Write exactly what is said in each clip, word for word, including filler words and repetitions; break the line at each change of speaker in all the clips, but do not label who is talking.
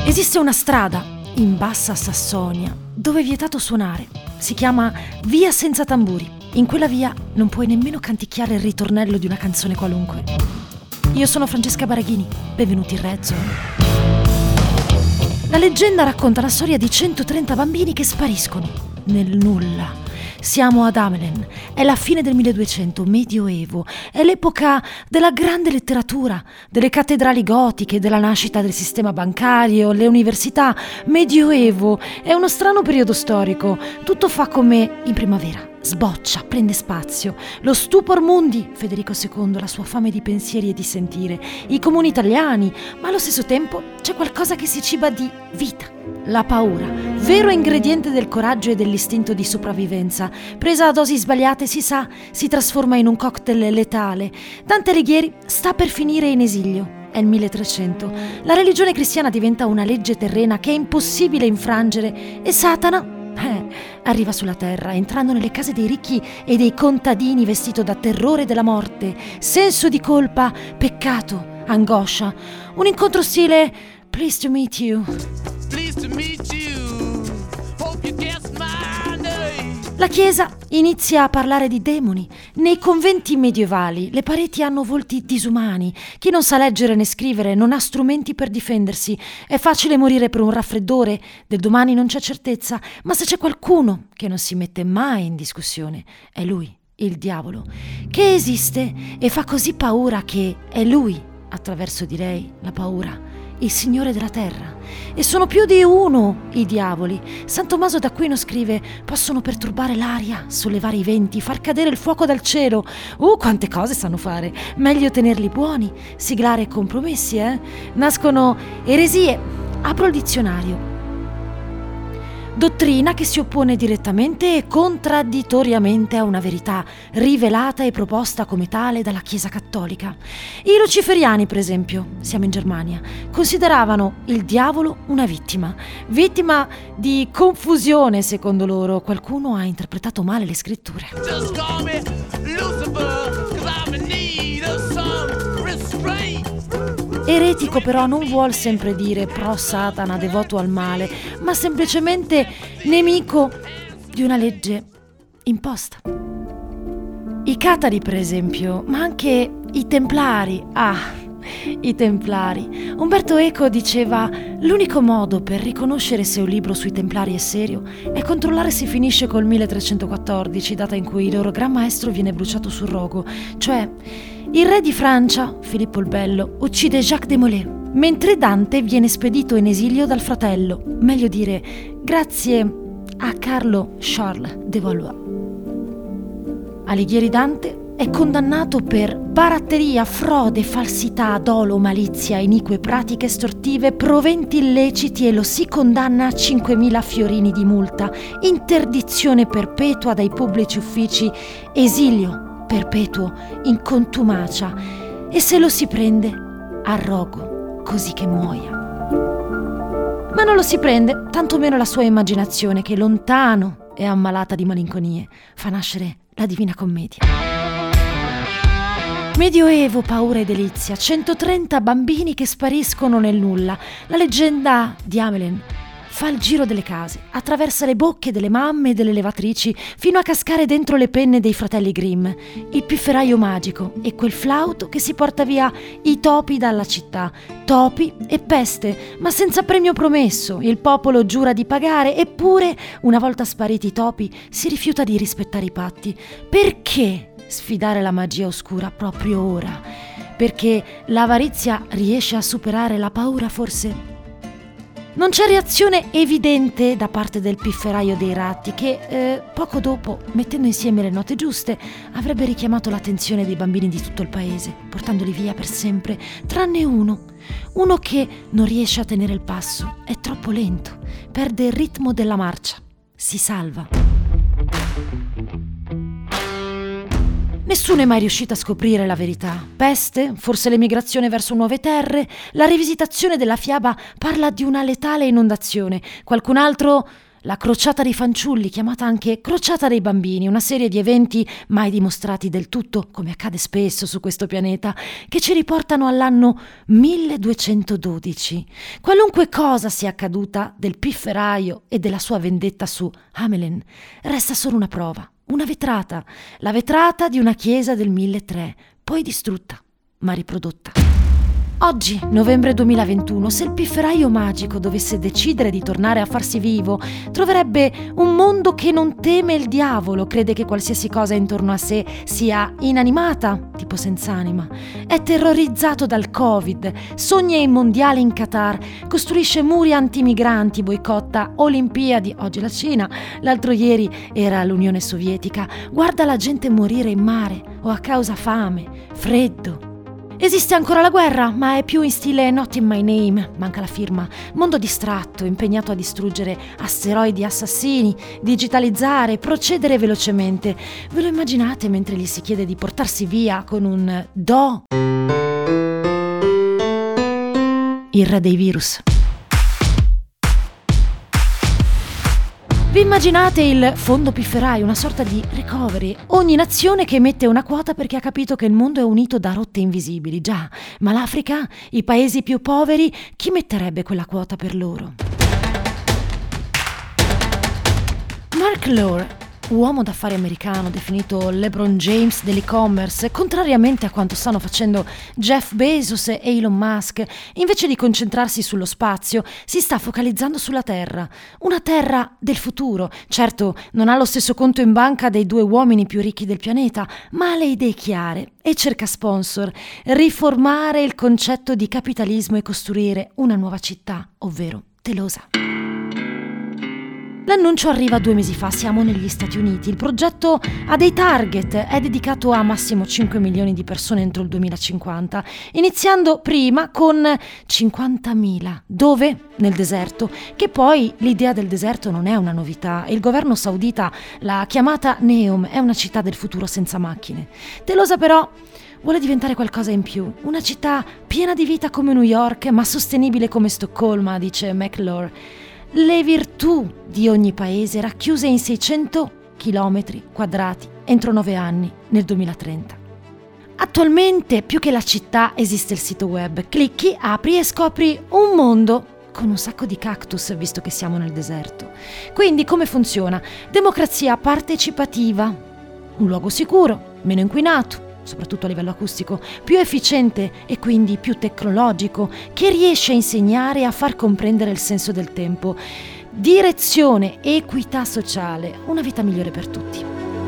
Esiste una strada in Bassa Sassonia dove è vietato suonare. Si chiama Via Senza Tamburi. In quella via non puoi nemmeno canticchiare il ritornello di una canzone qualunque. Io sono Francesca Baraghini, benvenuti in Red Zone. La leggenda racconta la storia di centotrenta bambini che spariscono nel nulla. Siamo ad Amelen, è la fine del milleduecento, Medioevo, è l'epoca della grande letteratura, delle cattedrali gotiche, della nascita del sistema bancario, le università. Medioevo è uno strano periodo storico, tutto fa come in primavera. Sboccia, prende spazio. Lo stupor mundi, Federico secondo, la sua fame di pensieri e di sentire, i comuni italiani, ma allo stesso tempo c'è qualcosa che si ciba di vita, la paura, vero ingrediente del coraggio e dell'istinto di sopravvivenza. Presa a dosi sbagliate, si sa, si trasforma in un cocktail letale. Dante Alighieri sta per finire in esilio. È il milletrecento. La religione cristiana diventa una legge terrena che è impossibile infrangere e Satana Eh, arriva sulla terra, entrando nelle case dei ricchi e dei contadini vestito da terrore della morte, senso di colpa, peccato, angoscia. Un incontro stile Pleased to meet you. Pleased to meet you. Hope you guessed my name. La Chiesa inizia a parlare di demoni. Nei conventi medievali le pareti hanno volti disumani. Chi non sa leggere né scrivere non ha strumenti per difendersi. È facile morire per un raffreddore, del domani non c'è certezza, ma se c'è qualcuno che non si mette mai in discussione, è lui, il diavolo, che esiste e fa così paura che è lui, attraverso di lei, la paura, il Signore della terra. E sono più di uno i diavoli. San Tommaso d'Aquino scrive: possono perturbare l'aria, sollevare i venti, far cadere il fuoco dal cielo. Uh, quante cose sanno fare! Meglio tenerli buoni, siglare compromessi, eh? Nascono eresie. Apro il dizionario. Dottrina che si oppone direttamente e contraddittoriamente a una verità rivelata e proposta come tale dalla Chiesa Cattolica. I luciferiani, per esempio, siamo in Germania, consideravano il diavolo una vittima, vittima di confusione secondo loro. Qualcuno ha interpretato male le scritture. Just call me Lucifer, 'cause I'm in need of some restraint. Eretico però non vuol sempre dire pro Satana, devoto al male, ma semplicemente nemico di una legge imposta. I catari, per esempio, ma anche i templari. Ah, i templari. Umberto Eco diceva: l'unico modo per riconoscere se un libro sui templari è serio è controllare se finisce col milletrecentoquattordici, data in cui il loro gran maestro viene bruciato sul rogo, cioè il re di Francia, Filippo il Bello, uccide Jacques de Molay, mentre Dante viene spedito in esilio dal fratello, meglio dire grazie a Carlo Charles de Valois. Alighieri Dante è condannato per baratteria, frode, falsità, dolo, malizia, inique pratiche estortive, proventi illeciti e lo si condanna a cinquemila fiorini di multa, interdizione perpetua dai pubblici uffici, esilio perpetuo in contumacia e se lo si prende a rogo, così che muoia. Ma non lo si prende, tantomeno la sua immaginazione, che lontano è ammalata di malinconie, fa nascere la Divina Commedia. Medioevo, paura e delizia, centotrenta bambini che spariscono nel nulla. La leggenda di Amelen fa il giro delle case, attraversa le bocche delle mamme e delle levatrici fino a cascare dentro le penne dei fratelli Grimm, il pifferaio magico e quel flauto che si porta via i topi dalla città. Topi e peste, ma senza premio promesso. Il popolo giura di pagare, eppure, una volta spariti i topi, si rifiuta di rispettare i patti. Perché sfidare la magia oscura proprio ora? Perché l'avarizia riesce a superare la paura, forse? Non c'è reazione evidente da parte del pifferaio dei ratti che, eh, poco dopo, mettendo insieme le note giuste, avrebbe richiamato l'attenzione dei bambini di tutto il paese, portandoli via per sempre, tranne uno. Uno che non riesce a tenere il passo, è troppo lento, perde il ritmo della marcia, si salva. Nessuno è mai riuscito a scoprire la verità. Peste? Forse l'emigrazione verso nuove terre? La rivisitazione della fiaba parla di una letale inondazione. Qualcun altro la crociata dei fanciulli, chiamata anche crociata dei bambini, una serie di eventi mai dimostrati del tutto, come accade spesso su questo pianeta, che ci riportano all'anno milleduecentododici. Qualunque cosa sia accaduta del pifferaio e della sua vendetta su Hamelin, resta solo una prova, una vetrata, la vetrata di una chiesa del milletrecento, poi distrutta, ma riprodotta. Oggi, novembre duemilaventuno, se il pifferaio magico dovesse decidere di tornare a farsi vivo, troverebbe un mondo che non teme il diavolo, crede che qualsiasi cosa intorno a sé sia inanimata, tipo senz'anima, è terrorizzato dal Covid, sogna i mondiali in Qatar, costruisce muri antimigranti, boicotta Olimpiadi, oggi la Cina, l'altro ieri era l'Unione Sovietica, guarda la gente morire in mare o a causa fame, freddo. Esiste ancora la guerra, ma è più in stile Not in my name, manca la firma. Mondo distratto, impegnato a distruggere asteroidi assassini, digitalizzare, procedere velocemente. Ve lo immaginate mentre gli si chiede di portarsi via con un do? Il re dei virus. Vi immaginate il fondo pifferaio, una sorta di recovery, ogni nazione che emette una quota perché ha capito che il mondo è unito da rotte invisibili, già, ma l'Africa, i paesi più poveri, chi metterebbe quella quota per loro? Mark Lore, uomo d'affari americano definito LeBron James dell'e-commerce, contrariamente a quanto stanno facendo Jeff Bezos e Elon Musk, invece di concentrarsi sullo spazio, si sta focalizzando sulla Terra, una Terra del futuro. Certo, non ha lo stesso conto in banca dei due uomini più ricchi del pianeta, ma ha le idee chiare e cerca sponsor, riformare il concetto di capitalismo e costruire una nuova città, ovvero Telosa. L'annuncio arriva due mesi fa, siamo negli Stati Uniti. Il progetto ha dei target, è dedicato a massimo cinque milioni di persone entro il duemilacinquanta, iniziando prima con cinquantamila. Dove? Nel deserto, che poi l'idea del deserto non è una novità. Il governo saudita l'ha chiamata Neom, è una città del futuro senza macchine. Telosa però vuole diventare qualcosa in più, una città piena di vita come New York, ma sostenibile come Stoccolma, dice McLure. Le virtù di ogni paese racchiuse in seicento chilometri quadrati entro nove anni, nel duemilatrenta. Attualmente, più che la città, esiste il sito web. Clicchi, apri e scopri un mondo con un sacco di cactus, visto che siamo nel deserto. Quindi come funziona? Democrazia partecipativa, un luogo sicuro, meno inquinato, soprattutto a livello acustico, più efficiente e quindi più tecnologico, che riesce a insegnare e a far comprendere il senso del tempo. Direzione, equità sociale, una vita migliore per tutti.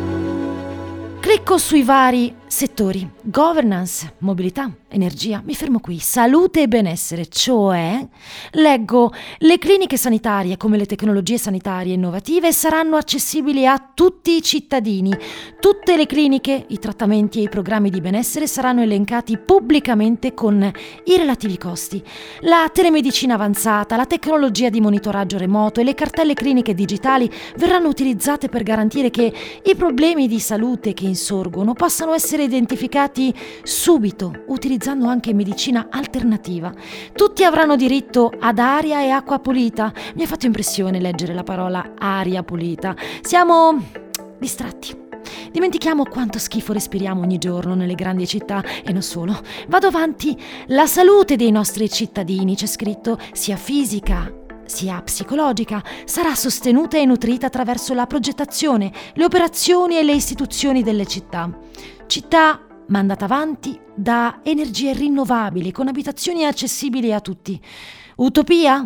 Clicco sui vari settori: governance, mobilità, energia, mi fermo qui, salute e benessere, cioè leggo le cliniche sanitarie come le tecnologie sanitarie innovative saranno accessibili a tutti i cittadini. Tutte le cliniche, i trattamenti e i programmi di benessere saranno elencati pubblicamente con i relativi costi. La telemedicina avanzata, la tecnologia di monitoraggio remoto e le cartelle cliniche digitali verranno utilizzate per garantire che i problemi di salute che insorgono possano essere identificati subito, utilizzando anche medicina alternativa. Tutti avranno diritto ad aria e acqua pulita. Mi ha fatto impressione leggere la parola aria pulita. Siamo distratti. Dimentichiamo quanto schifo respiriamo ogni giorno nelle grandi città e non solo. Vado avanti. La salute dei nostri cittadini, c'è scritto, sia fisica sia psicologica, sarà sostenuta e nutrita attraverso la progettazione, le operazioni e le istituzioni delle città. Città mandata avanti da energie rinnovabili, con abitazioni accessibili a tutti. Utopia?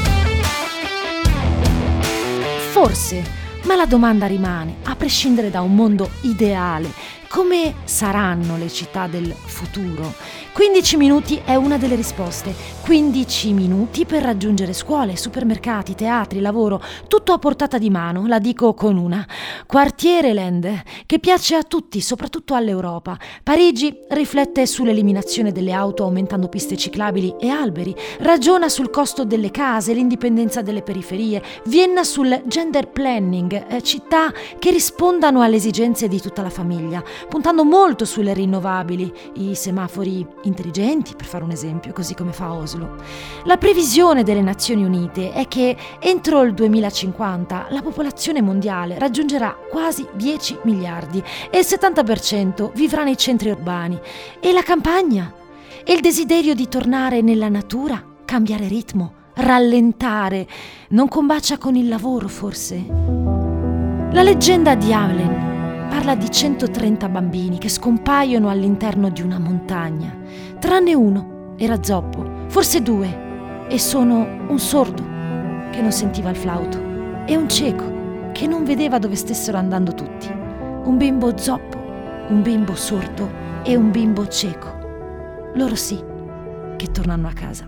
Forse, ma la domanda rimane, a prescindere da un mondo ideale, come saranno le città del futuro? quindici minuti è una delle risposte. quindici minuti per raggiungere scuole, supermercati, teatri, lavoro, tutto a portata di mano, la dico con una. Quartiere Land, che piace a tutti, soprattutto all'Europa. Parigi riflette sull'eliminazione delle auto aumentando piste ciclabili e alberi, ragiona sul costo delle case, l'indipendenza delle periferie. Vienna sul gender planning, eh, città che rispondano alle esigenze di tutta la famiglia. puntando molto sulle rinnovabili, i semafori intelligenti, per fare un esempio, così come fa Oslo. La previsione delle Nazioni Unite è che entro il duemilacinquanta la popolazione mondiale raggiungerà quasi dieci miliardi e il settanta per cento vivrà nei centri urbani. E la campagna? E il desiderio di tornare nella natura? Cambiare ritmo? Rallentare? Non combacia con il lavoro, forse? La leggenda di Amlen parla di centotrenta bambini che scompaiono all'interno di una montagna. Tranne uno, era zoppo, forse due, e sono un sordo che non sentiva il flauto e un cieco che non vedeva dove stessero andando tutti. Un bimbo zoppo, un bimbo sordo e un bimbo cieco. Loro sì, che tornano a casa.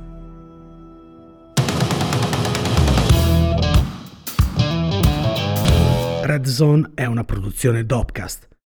Red Zone è una produzione Dopcast.